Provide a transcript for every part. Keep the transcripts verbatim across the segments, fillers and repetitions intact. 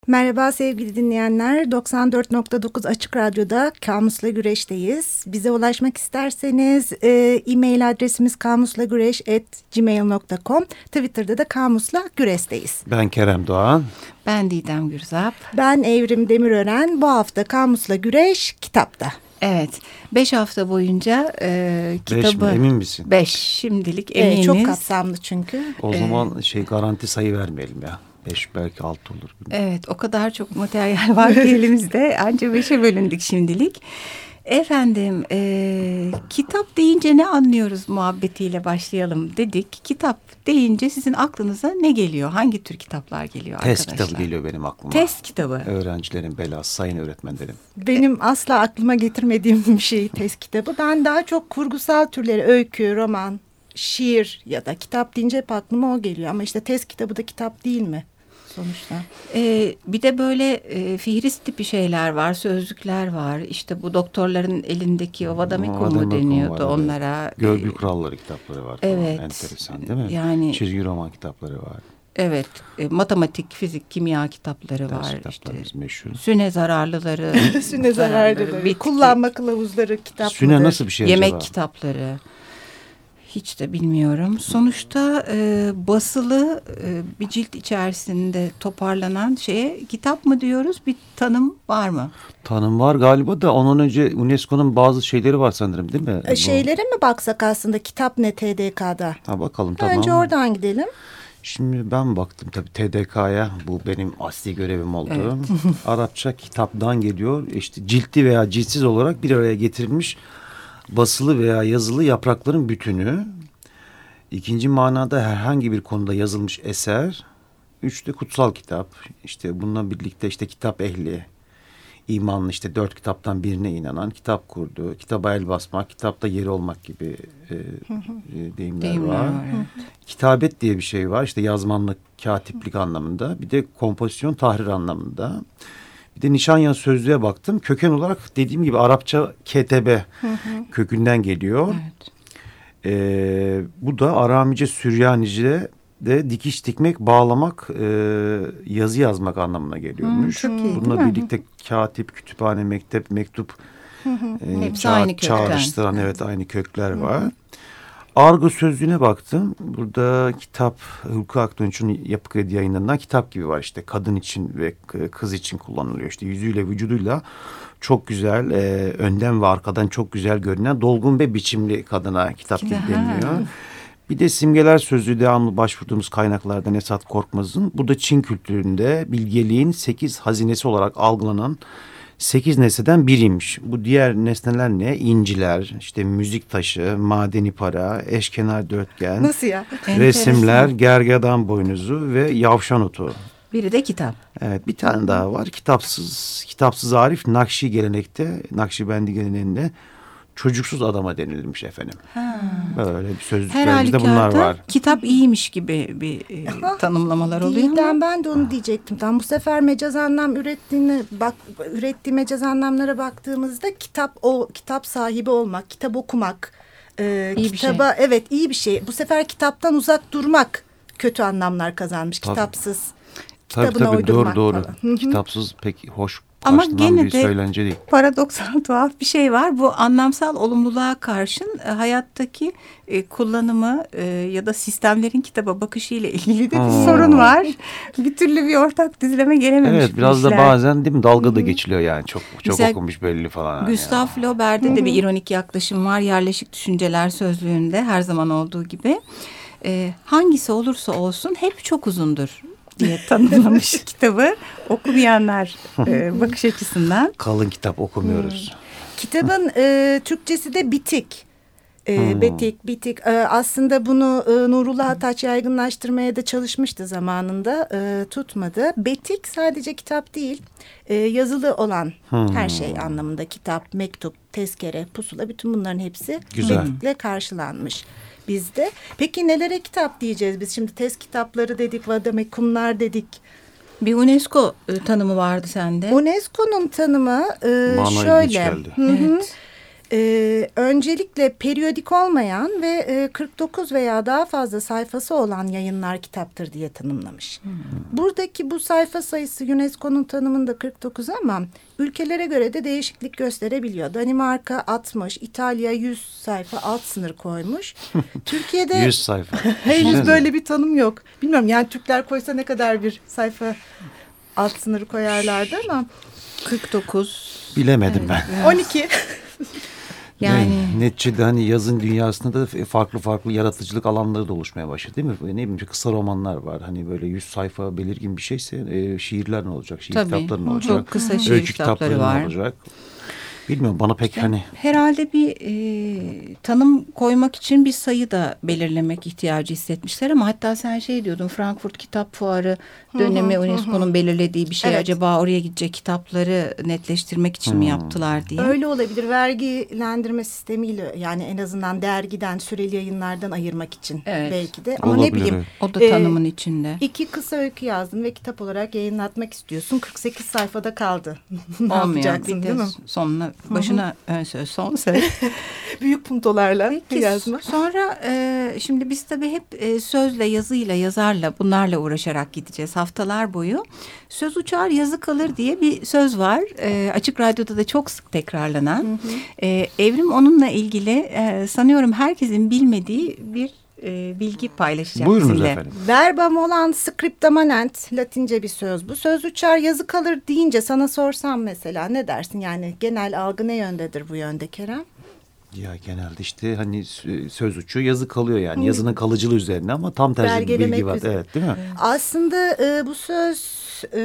Merhaba sevgili dinleyenler, doksan dört nokta dokuz Açık Radyo'da Kamus'la Güreş'teyiz. Bize ulaşmak isterseniz e, e-mail adresimiz kamuslagüreş at gmail nokta com, Twitter'da da Kamus'la Güreş'teyiz. Ben Kerem Doğan. Ben Didem Gürzap. Ben Evrim Demirören. Bu hafta Kamus'la Güreş kitapta. Evet, beş hafta boyunca e, kitabı... Beş mi, emin misin? Beş, şimdilik eminiz. Evet, çok kapsamlı çünkü. O zaman şey garanti sayı vermeyelim ya. Beş belki altı olur. Evet, o kadar çok materyal var ki elimizde. Ancak beşe bölündük şimdilik. Efendim, e, kitap deyince ne anlıyoruz muhabbetiyle başlayalım dedik. Kitap deyince sizin aklınıza ne geliyor? Hangi tür kitaplar geliyor Test arkadaşlar? kitabı geliyor benim aklıma. Test kitabı. Öğrencilerin belası, sayın öğretmenlerim. Benim asla aklıma getirmediğim bir şey test kitabı. Ben daha çok kurgusal türleri, öykü, roman, şiir ya da kitap deyince hep aklıma o geliyor. Ama işte test kitabı da kitap değil mi sonuçta? Ee, bir de böyle e, fihris tipi şeyler var, sözlükler var. İşte bu doktorların elindeki o vadamekum mu Vademekum deniyordu var, evet. onlara? Görgü kuralları kitapları var. Falan. Evet. Enteresan değil mi? Yani, çizgi roman kitapları var. Evet, e, matematik, fizik, kimya kitapları Ders var. kitaplarımız İşte, meşhur. süne zararlıları. Süne zararlıları, bitki, kullanma kılavuzları kitapları. Süne nasıl bir şey yemek acaba? kitapları. Hiç de bilmiyorum. Sonuçta e, basılı e, bir cilt içerisinde toparlanan şeye kitap mı diyoruz? Bir tanım var mı? Tanım var galiba da ondan önce UNESCO'nun bazı şeyleri var sanırım değil mi? E, şeylere mi baksak aslında kitap ne T D K'da? Ha, bakalım tamam. Önce oradan gidelim. Şimdi ben baktım tabii T D K'ya, bu benim asli görevim oldu. Evet. Arapça kitaptan geliyor. İşte ciltli veya ciltsiz olarak bir araya getirilmiş basılı veya yazılı yaprakların bütünü. İkinci manada herhangi bir konuda yazılmış eser. Üç de kutsal kitap. İşte bununla birlikte işte kitap ehli, imanlı, işte dört kitaptan birine inanan, kitap kurdu, kitaba el basmak, kitapta yeri olmak gibi e, e, deyimler, Deyimler var. var, evet. Kitabet diye bir şey var. İşte yazmanlık, katiplik anlamında. Bir de kompozisyon, tahrir anlamında. Bir de Nişanyan sözlüğe baktım. Köken olarak dediğim gibi Arapça K T B kökünden geliyor. Evet. Ee, bu da Aramice, Süryanice de dikiş dikmek, bağlamak, e, yazı yazmak anlamına geliyormuş. Hmm, çok iyi, Bununla değil mi? birlikte katip, kütüphane, mektep, mektup e, Hepsi ça- aynı kökten. çağrıştıran, evet, aynı kökler var. Argo sözlüğüne baktım. Burada kitap, Hulki Aktunç'un Yapı Kredi yayınlarından kitap gibi var. İşte kadın için ve kız için kullanılıyor. İşte yüzüyle, vücuduyla çok güzel, e, önden ve arkadan çok güzel görünen dolgun ve biçimli kadına kitap gibi deniliyor. Bir de simgeler sözlüğü, devamlı başvurduğumuz kaynaklardan Esat Korkmaz'ın. Bu da Çin kültüründe bilgeliğin sekiz hazinesi olarak algılanan sekiz nesneden biriymiş. Bu diğer nesneler ne? İnciler, işte müzik taşı, madeni para, eşkenar dörtgen, Nasıl ya? resimler, gergedan boynuzu ve yavşan otu. Biri de kitap. Evet, bir tane daha var. Kitapsız, kitapsız Arif, Nakşi gelenekte, Nakşibendi geleneğinde çocuksuz adama denilmiş efendim. Ha. Böyle bir Her sözlüklerimizde bunlar halükarda var. kitap iyiymiş gibi bir e, tanımlamalar oluyor ama. Didem, ben de onu diyecektim. Tam bu sefer mecaz anlam ürettiğine bak, ürettiği mecaz anlamlara baktığımızda kitap o kitap sahibi olmak, kitap okumak, e, İyi bir kitaba şey. evet iyi bir şey. Bu sefer kitaptan uzak durmak kötü anlamlar kazanmış. Tabii. Kitapsız. Tabii Kitabına tabii, doğru uydurmak doğru. falan. Hı hı. Kitapsız pek hoş Ama karşılanan gene bir de söylence değil. paradoksal tuhaf bir şey var. Bu anlamsal olumluluğa karşın e, hayattaki e, kullanımı e, ya da sistemlerin kitaba bakışıyla ilgili de bir Hmm. sorun var. Bir türlü bir ortak düzleme gelememiş. Evet, bu biraz da işler. bazen değil mi dalga da geçiliyor yani, çok çok Mesela okumuş belli falan. Gustav yani. Flaubert'de de bir ironik yaklaşım var. Yerleşik Düşünceler Sözlüğü'nde her zaman olduğu gibi. E, hangisi olursa olsun hep çok uzundur diye tanımlamış kitabı. Okumayanlar e, bakış açısından. Kalın kitap okumuyoruz. Kitabın e, Türkçesi de bitik. E, Hmm. Betik, bitik. E, aslında bunu e, Nurullah Ataç yaygınlaştırmaya da çalışmıştı zamanında. E, tutmadı. Betik sadece kitap değil. E, yazılı olan Hmm. her şey anlamında. Kitap, mektup, tezkere, pusula, bütün bunların hepsi Güzel. betikle karşılanmış bizde. Peki nelere kitap diyeceğiz biz? Şimdi tez kitapları dedik, vademekumlar dedik. Bir UNESCO e, tanımı vardı sende. UNESCO'nun tanımı e, Bana ilginç şöyle. geldi. Hı hı. Evet. Ee, öncelikle periyodik olmayan ve e, kırk dokuz veya daha fazla sayfası olan yayınlar kitaptır diye tanımlamış. Hmm. Buradaki bu sayfa sayısı UNESCO'nun tanımında kırk dokuz ama ülkelere göre de değişiklik gösterebiliyor. Danimarka altmış, İtalya yüz sayfa alt sınır koymuş. Türkiye'de yüz sayfa. Henüz böyle bir tanım yok. Bilmiyorum yani Türkler koysa ne kadar bir sayfa alt sınırı koyarlardı ama kırk dokuz. Bilemedim evet, ben. on iki. Yani neticede hani yazın dünyasında da farklı farklı yaratıcılık alanları da oluşmaya başladı değil mi? Ne bileyim kısa romanlar var. Hani böyle yüz sayfa belirgin bir şeyse e, şiirler ne olacak? Şiir Tabii, kitapları ne olacak? çok kısa şiir öykü kitapları kitapları var. ne olacak? Bilmiyorum bana pek işte hani. Herhalde bir e, tanım koymak için bir sayı da belirlemek ihtiyacı hissetmişler ama hatta sen şey diyordun Frankfurt Kitap Fuarı dönemi UNESCO'nun belirlediği bir şey. Evet. Acaba oraya gidecek kitapları netleştirmek için hmm. mi yaptılar diye. Öyle olabilir. Vergilendirme sistemiyle yani en azından dergiden süreli yayınlardan ayırmak için evet. belki de. Ama olabilir, ne bileyim. Evet. O da tanımın e, içinde. İki kısa öykü yazdın ve kitap olarak yayınlatmak istiyorsun. kırk sekiz sayfada kaldı. Ne yapacaksın değil mi? Sonuna başına ön söz, son söz. Büyük puntolarla Peki, yazma. Sonra e, şimdi biz tabii hep e, sözle, yazıyla, yazarla bunlarla uğraşarak gideceğiz haftalar boyu. Söz uçar, yazı kalır diye bir söz var. E, Açık Radyo'da da çok sık tekrarlanan. Hı hı. E, Evrim onunla ilgili e, sanıyorum herkesin bilmediği bir e, bilgi paylaşacak. Buyurunuz sizinle. efendim. Verbam olan scripta manent, Latince bir söz bu. Söz uçar yazı kalır deyince sana sorsam mesela ne dersin? Yani genel algı ne yöndedir bu yönde Kerem? Ya genelde işte hani söz uçuyor yazı kalıyor yani. Hı. Yazının kalıcılığı üzerine ama tam tersi bir bilgi var. Üzere. Evet değil mi? Aslında e, bu söz e,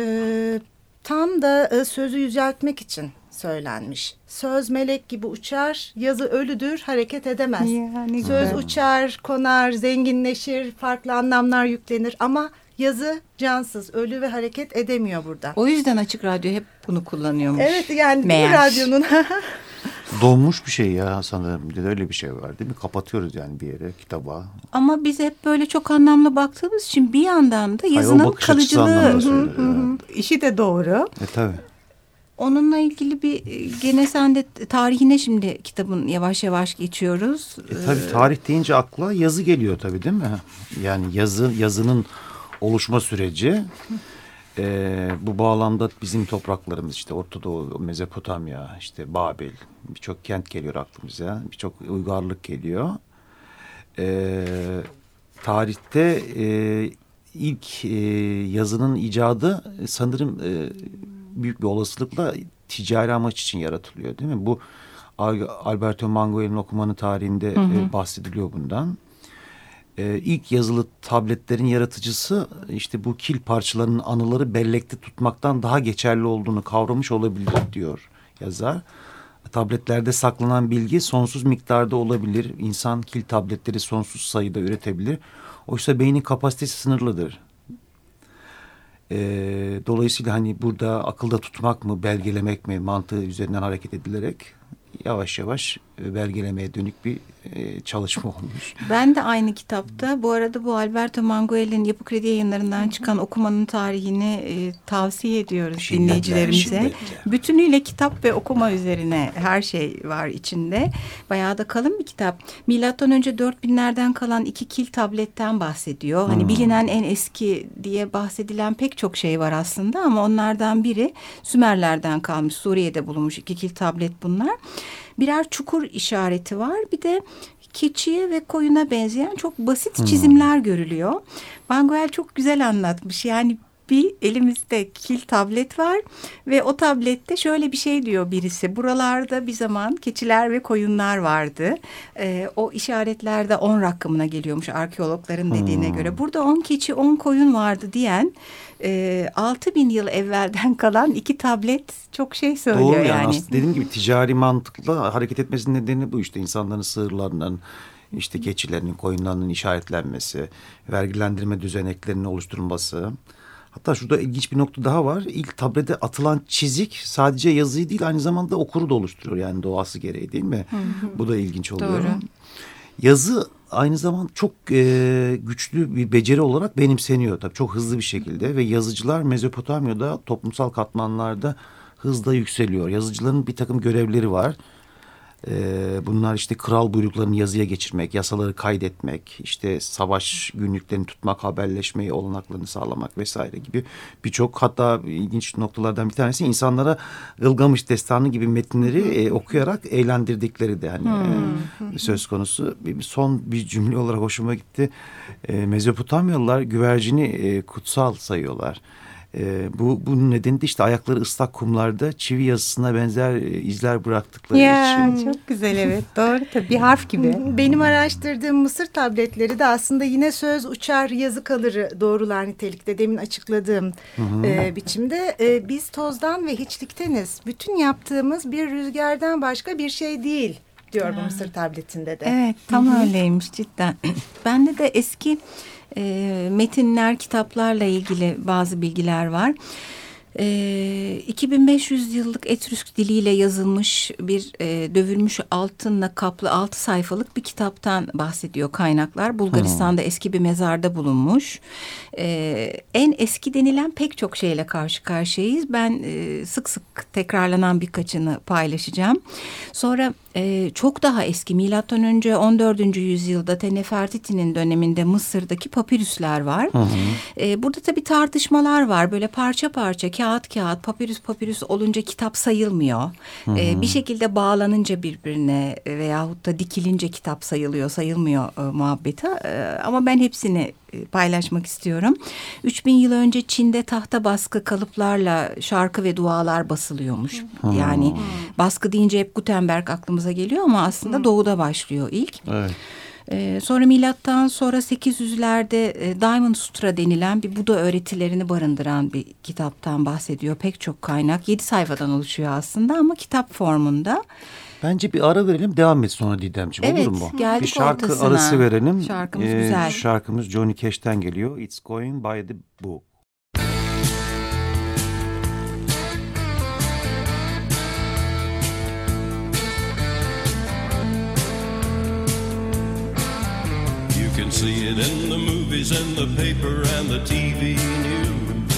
tam da e, sözü yüceltmek için söylenmiş. Söz melek gibi uçar, yazı ölüdür, hareket edemez. Yani söz güzel. Uçar, konar, zenginleşir, farklı anlamlar yüklenir ama yazı cansız, ölü ve hareket edemiyor burada. O yüzden Açık Radyo hep bunu kullanıyormuş. Evet yani bu radyonun... Donmuş bir şey ya sanırım. Bir de öyle bir şey var değil mi? Kapatıyoruz yani bir yere kitaba. Ama biz hep böyle çok anlamlı baktığımız için bir yandan da yazının Hayır, kalıcılığı işi de doğru. E tabii. Onunla ilgili bir gene sen de tarihine şimdi kitabın yavaş yavaş geçiyoruz. E tabii tarih deyince akla yazı geliyor tabii değil mi? Yani yazı yazının oluşma süreci. Ee, bu bağlamda bizim topraklarımız işte Orta Doğu, Mezopotamya, işte Babil birçok kent geliyor aklımıza. Birçok uygarlık geliyor. Ee, tarihte e, ilk e, yazının icadı sanırım e, büyük bir olasılıkla ticari amaç için yaratılıyor değil mi? Bu Alberto Manguel'in okumanın tarihinde hı hı. E, bahsediliyor bundan. Ee, ilk yazılı tabletlerin yaratıcısı işte bu kil parçalarının anıları bellekte tutmaktan daha geçerli olduğunu kavramış olabilir diyor yazar. Tabletlerde saklanan bilgi sonsuz miktarda olabilir. İnsan kil tabletleri sonsuz sayıda üretebilir. Oysa beynin kapasitesi sınırlıdır. Ee, dolayısıyla hani burada akılda tutmak mı, belgelemek mi mantığı üzerinden hareket edilerek yavaş yavaş belgelemeye dönük bir e, çalışma olmuş. Ben de aynı kitapta bu arada bu Alberto Manguel'in Yapı Kredi Yayınları'ndan çıkan okumanın tarihini e, tavsiye ediyoruz şiddetle, dinleyicilerimize. Şiddetle. Bütünüyle kitap ve okuma üzerine her şey var içinde. Bayağı da kalın bir kitap. Milattan önce dört binlerden kalan iki kil tabletten bahsediyor. Hani hmm. bilinen en eski diye bahsedilen pek çok şey var aslında ama onlardan biri Sümerlerden kalmış. Suriye'de bulunmuş iki kil tablet bunlar. Birer çukur işareti var. Bir de keçiye ve koyuna benzeyen çok basit hmm. çizimler görülüyor. Manguel çok güzel anlatmış. Yani bir elimizde kil tablet var ve o tablette şöyle bir şey diyor birisi. Buralarda bir zaman keçiler ve koyunlar vardı. Ee, o işaretlerde on rakamına geliyormuş arkeologların dediğine hmm. göre. Burada on keçi on koyun vardı diyen e, altı bin yıl evvelden kalan iki tablet çok şey söylüyor. Doğru yani. yani. Aslında dediğim gibi ticari mantıkla hareket etmesinin nedeni bu işte insanların sığırlarının, işte keçilerinin, koyunlarının işaretlenmesi, vergilendirme düzeneklerinin oluşturulması. Hatta şurada ilginç bir nokta daha var. İlk tablete atılan çizik sadece yazıyı değil aynı zamanda okuru da oluşturuyor. Yani doğası gereği değil mi? Hı hı. Bu da ilginç oluyor. Doğru. Yazı aynı zamanda çok e, güçlü bir beceri olarak benimseniyor. Tabii çok hızlı bir şekilde ve yazıcılar Mezopotamya'da toplumsal katmanlarda hızla yükseliyor. Yazıcıların bir takım görevleri var. Ee, bunlar işte kral buyruklarını yazıya geçirmek, yasaları kaydetmek, işte savaş günlüklerini tutmak, haberleşmeyi olanaklarını sağlamak vesaire gibi birçok, hatta ilginç noktalardan bir tanesi insanlara Gılgamış Destanı gibi metinleri e, okuyarak eğlendirdikleri de hani hmm. e, söz konusu. Bir, son bir cümle olarak hoşuma gitti. E, Mezopotamyalılar güvercini e, kutsal sayıyorlar. Ee, bu bunun nedeni de işte ayakları ıslak kumlarda çivi yazısına benzer e, izler bıraktıkları ya, için. Çok güzel, evet, doğru, tabii bir harf gibi. Benim araştırdığım Mısır tabletleri de aslında yine söz uçar yazı kalırı doğrular nitelikte, demin açıkladığım e, biçimde. E, biz tozdan ve hiçlikteniz. Bütün yaptığımız bir rüzgardan başka bir şey değil diyor bu Mısır tabletinde de. Evet, tam Hı-hı. öyleymiş cidden. Bende de eski E, metinler, kitaplarla ilgili bazı bilgiler var. E, iki bin beş yüz yıllık Etrüsk diliyle yazılmış bir e, dövülmüş altınla kaplı altı sayfalık bir kitaptan bahsediyor kaynaklar. Bulgaristan'da hmm. eski bir mezarda bulunmuş. E, en eski denilen pek çok şeyle karşı karşıyayız. Ben e, sık sık tekrarlanan birkaçını paylaşacağım. Sonra e, çok daha eski, milattan önce on dördüncü yüzyılda Tenefertiti'nin döneminde Mısır'daki papirüsler var. Hmm. E, burada tabii tartışmalar var. Böyle parça parça, kağıt kağıt, papirüs papirüs olunca kitap sayılmıyor. Hmm. Ee, bir şekilde bağlanınca birbirine veyahut da dikilince kitap sayılıyor, sayılmıyor e, muhabbeti. E, ama ben hepsini e, paylaşmak istiyorum. üç bin yıl önce Çin'de tahta baskı kalıplarla şarkı ve dualar basılıyormuş. Hmm. Yani baskı deyince hep Gutenberg aklımıza geliyor ama aslında hmm. doğuda başlıyor ilk. Evet. Ee, sonra milattan sonra sekiz yüzlerde e, Diamond Sutra denilen bir Buda öğretilerini barındıran bir kitaptan bahsediyor. Pek çok kaynak, yedi sayfadan oluşuyor aslında ama kitap formunda. Bence bir ara verelim, devam et sonra Didemciğim, evet, olur mu? Geldik bir şarkı ortasına. arası verelim. Şarkımız ee, güzel. Şarkımız Johnny Cash'ten geliyor. It's Going by the Book. You can see it in the movies and the paper and the T V news.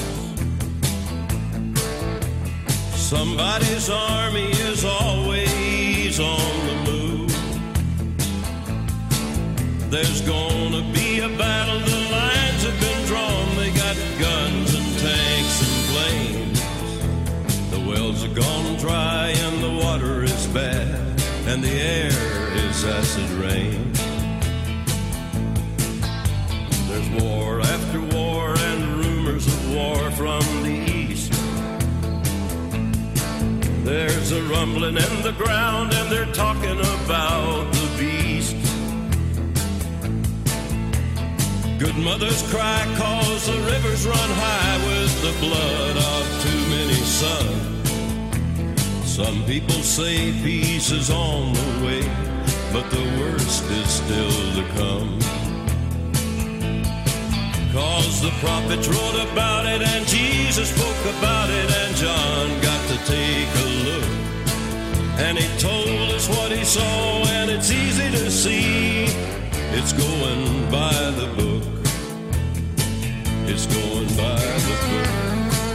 Somebody's army is always on the move. There's gonna be a battle, the lines have been drawn. They got guns and tanks and planes. The wells are gone dry and the water is bad, and the air is acid rain. There's war after war and rumors of war from the east. There's a rumbling in the ground and they're talking about the beast. Good mothers cry cause the rivers run high with the blood of too many sons. Some people say peace is on the way, but the worst is still to come. Cause the prophets wrote about it and Jesus spoke about it, and John got to take a look. And he told us what he saw, and it's easy to see. It's going by the book. It's going by the book.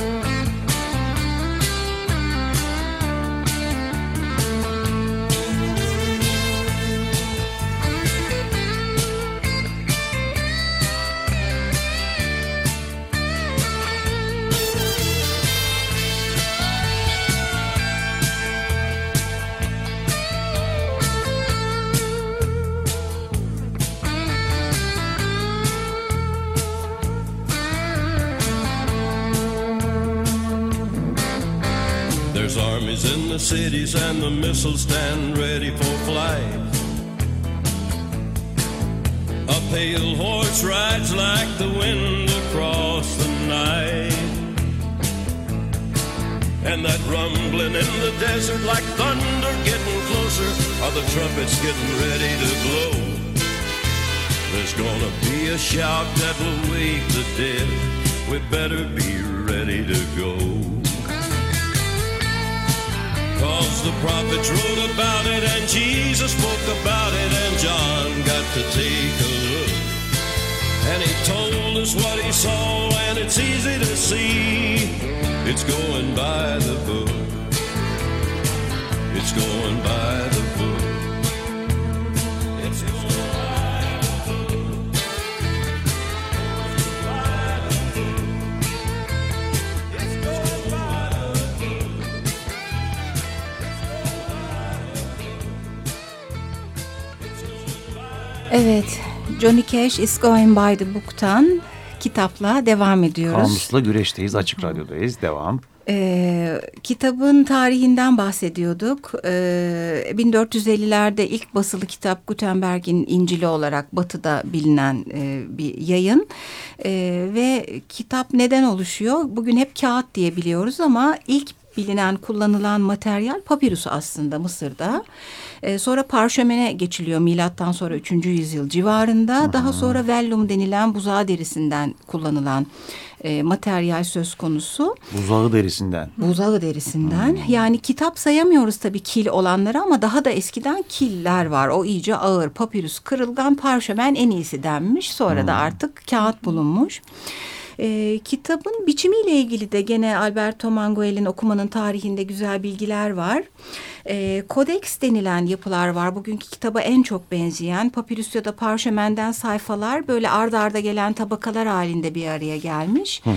There's armies in the cities and the missiles stand ready for flight. A pale horse rides like the wind across the night. And that rumbling in the desert like thunder getting closer, are the trumpets getting ready to blow. There's gonna be a shout that will wake the dead. We better be ready to go. Cause the prophets wrote about it and Jesus spoke about it, and John got to take a look. And he told us what he saw, and it's easy to see. It's going by the book. It's going by the book. It's going by the book. It's going by the book. Evet, Johnny Cash Is Going By The Book'tan kitapla devam ediyoruz. Kamusla güreşteyiz, Açık Radyo'dayız. Devam. Ee, kitabın tarihinden bahsediyorduk. Ee, bin dört yüz ellilerde ilk basılı kitap Gutenberg'in İncil'i olarak Batı'da bilinen e, bir yayın. Ee, ve kitap neden oluşuyor? Bugün hep kağıt diye biliyoruz ama ilk bilinen, kullanılan materyal papirüs aslında Mısır'da. Ee, sonra parşömene geçiliyor milattan sonra üçüncü yüzyıl civarında. Aha. Daha sonra vellum denilen buzağı derisinden kullanılan e, materyal söz konusu. Buzağı derisinden. Buzağı derisinden. Hmm. Yani kitap sayamıyoruz tabii kil olanları ama daha da eskiden killer var. O iyice ağır. Papirüs, kırılgan, parşömen en iyisi denmiş. Sonra hmm. da artık kağıt bulunmuş. E, kitabın biçimiyle ilgili de gene Alberto Manguel'in Okumanın Tarihinde güzel bilgiler var. E, kodeks denilen yapılar var. Bugünkü kitaba en çok benzeyen papirüs ya da parşömenden sayfalar böyle ard arda gelen tabakalar halinde bir araya gelmiş. Hmm.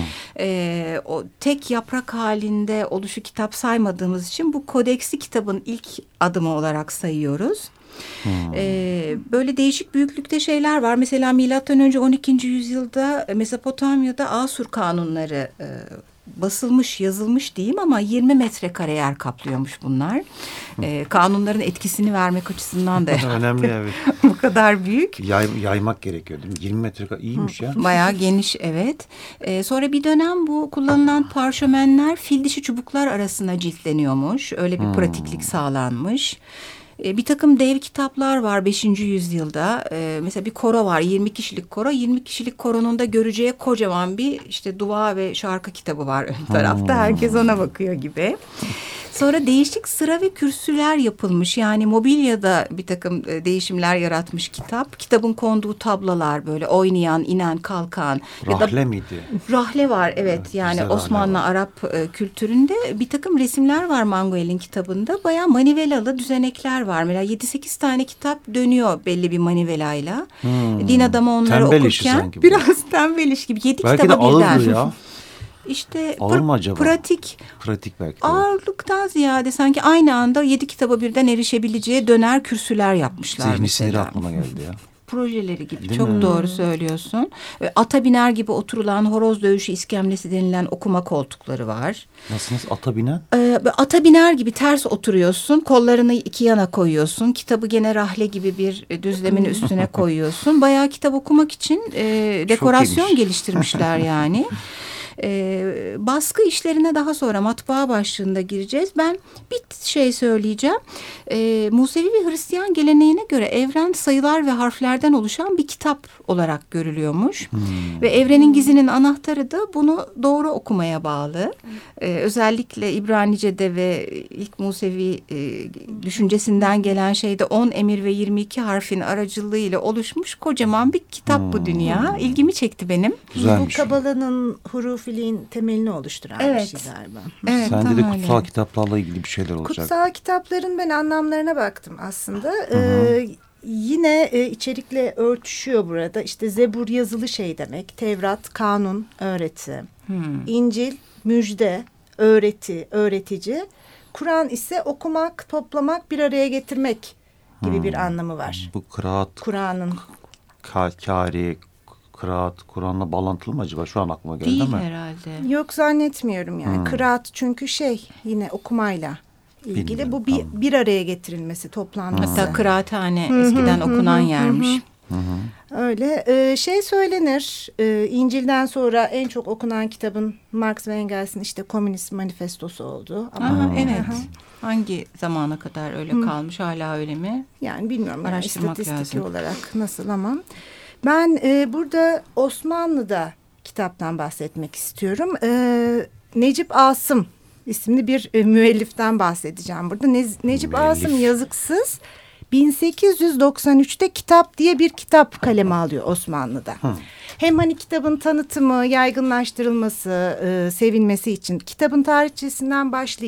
E, o tek yaprak halinde oluşu kitap saymadığımız için bu kodeksi kitabın ilk adımı olarak sayıyoruz. Hmm. Ee, böyle değişik büyüklükte şeyler var. Mesela milattan önce on ikinci yüzyılda Mezopotamya'da Asur kanunları e, basılmış, yazılmış diyeyim ama yirmi metrekare yer kaplıyormuş bunlar. E, kanunların etkisini vermek açısından da önemli evet. Bu kadar büyük. Yay, yaymak gerekiyor değil mi? yirmi metrekare iyiymiş ya. Bayağı geniş evet. E, sonra bir dönem bu kullanılan parşömenler fil dişi çubuklar arasına ciltleniyormuş. Öyle bir hmm. pratiklik sağlanmış. Bir takım dev kitaplar var beşinci yüzyılda. Ee, mesela bir koro var, yirmi kişilik koro. yirmi kişilik koronun da göreceği kocaman bir işte dua ve şarkı kitabı var ön tarafta. Herkes ona bakıyor gibi. Sonra değişik sıra ve kürsüler yapılmış. Yani mobilyada bir takım değişimler yaratmış kitap. Kitabın konduğu tablalar böyle oynayan, inen, kalkan. Rahle ya da, miydi? Rahle var evet. evet yani Osmanlı Arap e, kültüründe bir takım resimler var Manguel'in kitabında. Bayağı manivelalı düzenekler var. Mesela yedi sekiz tane kitap dönüyor belli bir manivelayla. Hmm. Din adamı onları tembel okurken. Biraz tembel iş gibi. Yedi belki kitaba de birden. ağırdı ya. İşte ağır mı acaba? Pratik. Pratik belki de. Ağırlıktan ziyade sanki aynı anda yedi kitaba birden erişebileceği döner kürsüler yapmışlar. Zihni siniri aklıma geldi ya. Projeleri gibi. Değil Çok mi? doğru söylüyorsun. Ata biner gibi oturulan horoz dövüşü iskemlesi denilen okuma koltukları var. Nasıl nasıl ata binen? Ee, ata biner gibi ters oturuyorsun. Kollarını iki yana koyuyorsun. Kitabı gene rahle gibi bir düzlemin üstüne koyuyorsun. Bayağı kitap okumak için e, dekorasyon geliştirmişler yani. Ee, baskı işlerine daha sonra matbaa başlığında gireceğiz. Ben bir şey söyleyeceğim. Ee, Musevi ve Hristiyan geleneğine göre evren sayılar ve harflerden oluşan bir kitap olarak görülüyormuş. Hmm. Ve evrenin gizinin anahtarı da bunu doğru okumaya bağlı. Ee, özellikle İbranice'de ve ilk Musevi e, düşüncesinden gelen şeyde on emir ve yirmi iki harfin aracılığıyla oluşmuş kocaman bir kitap hmm. bu dünya. İlgimi çekti benim. Güzelmiş. Bu Kabala'nın huruf temelini oluşturan evet. bir şey galiba. Evet, sende de kutsal öyle. Kitaplarla ilgili bir şeyler olacak. Kutsal kitapların ben anlamlarına baktım aslında. Ee, yine e, içerikle örtüşüyor burada. İşte Zebur yazılı şey demek. Tevrat, kanun, öğreti. Hmm. İncil, müjde, öğreti, öğretici. Kur'an ise okumak, toplamak, bir araya getirmek gibi hmm. bir anlamı var. Bu kıraat, Kur'an'ın kâri, kıraat, Kur'an'la bağlantılı mı acaba? Şu an aklıma geldi değil ama. Değil herhalde. Yok zannetmiyorum yani. Hmm. Kıraat çünkü şey yine okumayla ilgili. Bilmiyorum, bu bir, tamam. bir araya getirilmesi, toplanması. Hatta kıraathane hı-hı, eskiden hı-hı, okunan hı-hı, yermiş. Hı-hı. Öyle ee, şey söylenir. E, İncil'den sonra en çok okunan kitabın Marx ve Engels'in işte Komünist Manifestosu oldu. Ama Aha, evet. Aha. Hangi zamana kadar öyle Hı. kalmış? Hala öyle mi? Yani bilmiyorum. Yani, istatistik lazım. olarak nasıl ama. Ben e, burada Osmanlı'da kitaptan bahsetmek istiyorum. E, Necip Asım isimli bir e, müelliften bahsedeceğim burada. Ne, Necip Müellif. Asım yazıksız bin sekiz yüz doksan üçte Kitap diye bir kitap kaleme alıyor Osmanlı'da. Hı. Hem hani kitabın tanıtımı, yaygınlaştırılması, e, sevilmesi için kitabın tarihçesinden başlayıp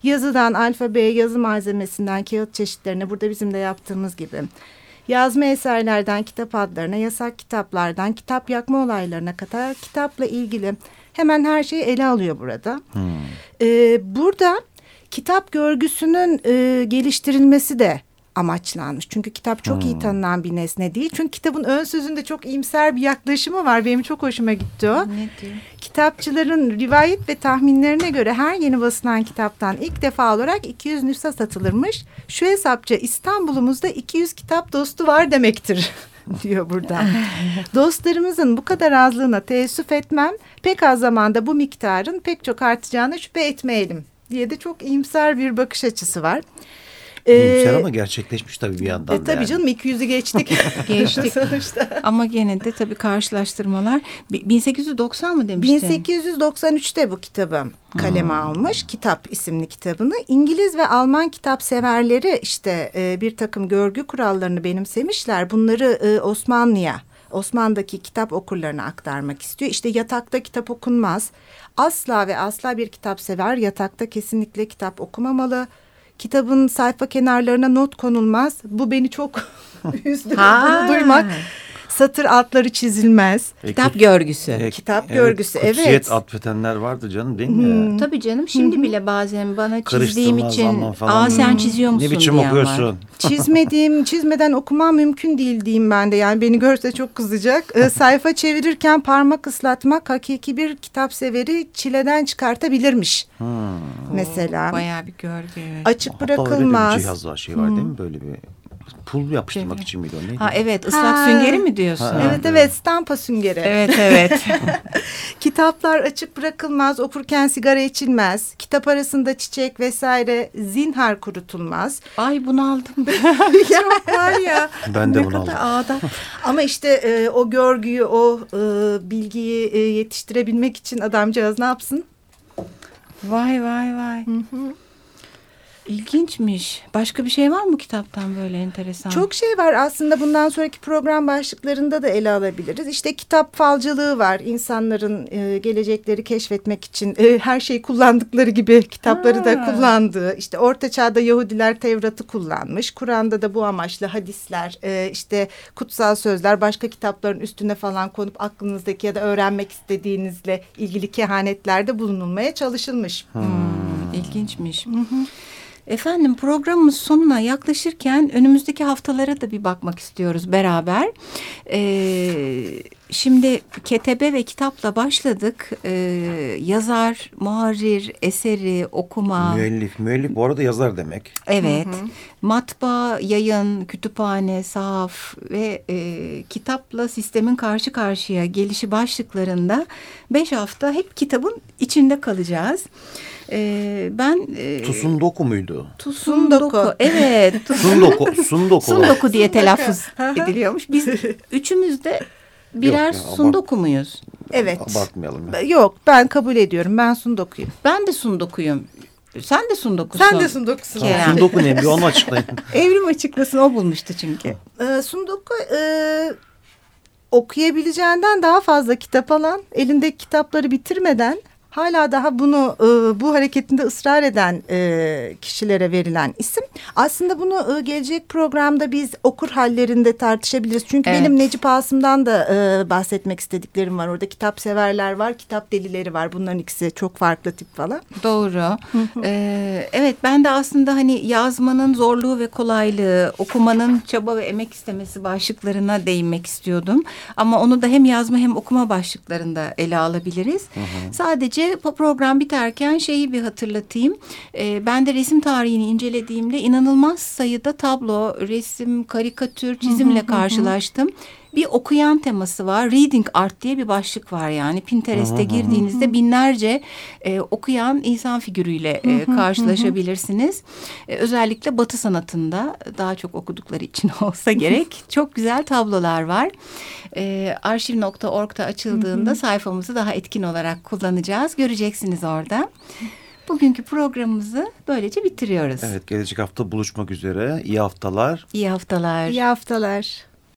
Yazıdan alfabeye, yazı malzemesinden kağıt çeşitlerine, burada bizim de yaptığımız gibi. Yazma eserlerden kitap adlarına, yasak kitaplardan kitap yakma olaylarına kadar kitapla ilgili hemen her şeyi ele alıyor burada. Hmm. Ee, burada kitap görgüsünün e, geliştirilmesi de amaçlanmış. Çünkü kitap çok hmm. iyi tanınan bir nesne değil. Çünkü kitabın ön sözünde çok iyimser bir yaklaşımı var. Benim çok hoşuma gitti o. Ne diyor? Kitapçıların rivayet ve tahminlerine göre her yeni basılan kitaptan ilk defa olarak iki yüz nüsha satılırmış. Şu hesapça İstanbul'umuzda iki yüz kitap dostu var demektir diyor burada. Dostlarımızın bu kadar azlığına teessüf etmem, pek az zamanda bu miktarın pek çok artacağına şüphe etmeyelim diye de çok iyimser bir bakış açısı var. İyimser ee, ama gerçekleşmiş tabii bir yandan e, da. Tabii yani. canım iki yüzü geçtik. Geçtik. Ama gene de tabii karşılaştırmalar. bin sekiz yüz doksan mı demiştin? bin sekiz yüz doksan üçte bu kitabı kaleme hmm. almış. Kitap isimli kitabını. İngiliz ve Alman kitap severleri işte e, bir takım görgü kurallarını benimsemişler. Bunları e, Osmanlı'ya, Osmanlı'daki kitap okurlarına aktarmak istiyor. İşte yatakta kitap okunmaz. Asla ve asla bir kitap sever yatakta kesinlikle kitap okumamalı. Kitabın sayfa kenarlarına not konulmaz. Bu beni çok üzdü duymak. Satır altları çizilmez. E, Kitap görgüsü. E, Kitap evet, görgüsü, evet. Kutsiyet atfetenler vardı canım değil mi? Hmm. Tabii canım. Şimdi bile bazen bana çizdiğim için aa sen çiziyor musun ne biçim okuyorsun? Var. Çizmediğim, çizmeden okumam mümkün değil diyeyim ben de. Yani beni görse çok kızacak. E, sayfa çevirirken parmak ıslatmak hakiki bir kitap severi çileden çıkartabilirmiş. Hmm. Mesela. Oo, bayağı bir görgü. Evet. Açık bırakılmaz. Hatta öyle bir cihaz var, şey var hmm. değil mi? Böyle bir pul yapıştırmak evet. için miydi o neydi? Ha evet, ıslak ha. süngeri mi diyorsun? Ha, evet evet, stampa süngeri. Evet evet. Kitaplar açık bırakılmaz, okurken sigara içilmez, kitap arasında çiçek vesaire zinhar kurutulmaz. Ay bunu aldım. Çok var ya. Ben de bunu aldım. Ağda. Ama işte e, o görgüyü, o e, bilgiyi e, yetiştirebilmek için adamcağız ne yapsın? Vay vay vay. Hı hı. İlginçmiş. Başka bir şey var mı kitaptan böyle enteresan? Çok şey var aslında, bundan sonraki program başlıklarında da ele alabiliriz. İşte kitap falcılığı var. İnsanların e, gelecekleri keşfetmek için e, her şeyi kullandıkları gibi kitapları ha. da kullandığı. İşte Orta Çağ'da Yahudiler Tevrat'ı kullanmış. Kur'an'da da bu amaçla hadisler, e, işte kutsal sözler başka kitapların üstüne falan konup aklınızdaki ya da öğrenmek istediğinizle ilgili kehanetlerde bulunulmaya çalışılmış. Hmm, İlginçmiş. Hı hı. Efendim programımız sonuna yaklaşırken önümüzdeki haftalara da bir bakmak istiyoruz beraber. Ee, şimdi ketebe ve kitapla başladık. Ee, yazar, muharrir, eseri, okuma. Müellif, müellif bu arada yazar demek. Evet. Hı hı. Matbaa, yayın, kütüphane, sahaf ve e, kitapla sistemin karşı karşıya gelişi başlıklarında beş hafta hep kitabın içinde kalacağız. Ee, ben e, Tusundoku muydu? Tusundoku. Evet. Sundoku. Sundoku. Sundoku diye telaffuz ediliyormuş. Biz üçümüz de birer Yok ya, sundoku muyuz? Evet. Abartmayalım ya. Yok, ben kabul ediyorum. Ben sundokuyum. Ben de sundokuyum. Sen de sundokusun. Sen de sundokusun. Ha, sundoku ne? Bir onu açıklayın. Evrim açıklasın, o bulmuştu çünkü. Ee, sundoku e, okuyabileceğinden daha fazla kitap alan, elindeki kitapları bitirmeden hala daha bunu e, bu hareketinde ısrar eden e, kişilere verilen isim. Aslında bunu e, gelecek programda biz okur hallerinde tartışabiliriz. Çünkü evet. benim Necip Asım'dan da e, bahsetmek istediklerim var. Orada kitap severler var, kitap delileri var. Bunların ikisi çok farklı tip falan. Doğru. ee, evet, ben de aslında hani yazmanın zorluğu ve kolaylığı, okumanın çaba ve emek istemesi başlıklarına değinmek istiyordum. Ama onu da hem yazma hem okuma başlıklarında ele alabiliriz. Hı hı. Sadece program biterken şeyi bir hatırlatayım. Ee, ben de resim tarihini incelediğimde inanılmaz sayıda tablo, resim, karikatür, çizimle karşılaştım. Bir okuyan teması var. Reading art diye bir başlık var yani. Pinterest'e girdiğinizde binlerce e, okuyan insan figürüyle e, karşılaşabilirsiniz. E, özellikle Batı sanatında daha çok okudukları için olsa gerek. Çok güzel tablolar var. E, arşiv nokta org'da açıldığında sayfamızı daha etkin olarak kullanacağız. Göreceksiniz orada. Bugünkü programımızı böylece bitiriyoruz. Evet, gelecek hafta buluşmak üzere. İyi haftalar. İyi haftalar. İyi haftalar.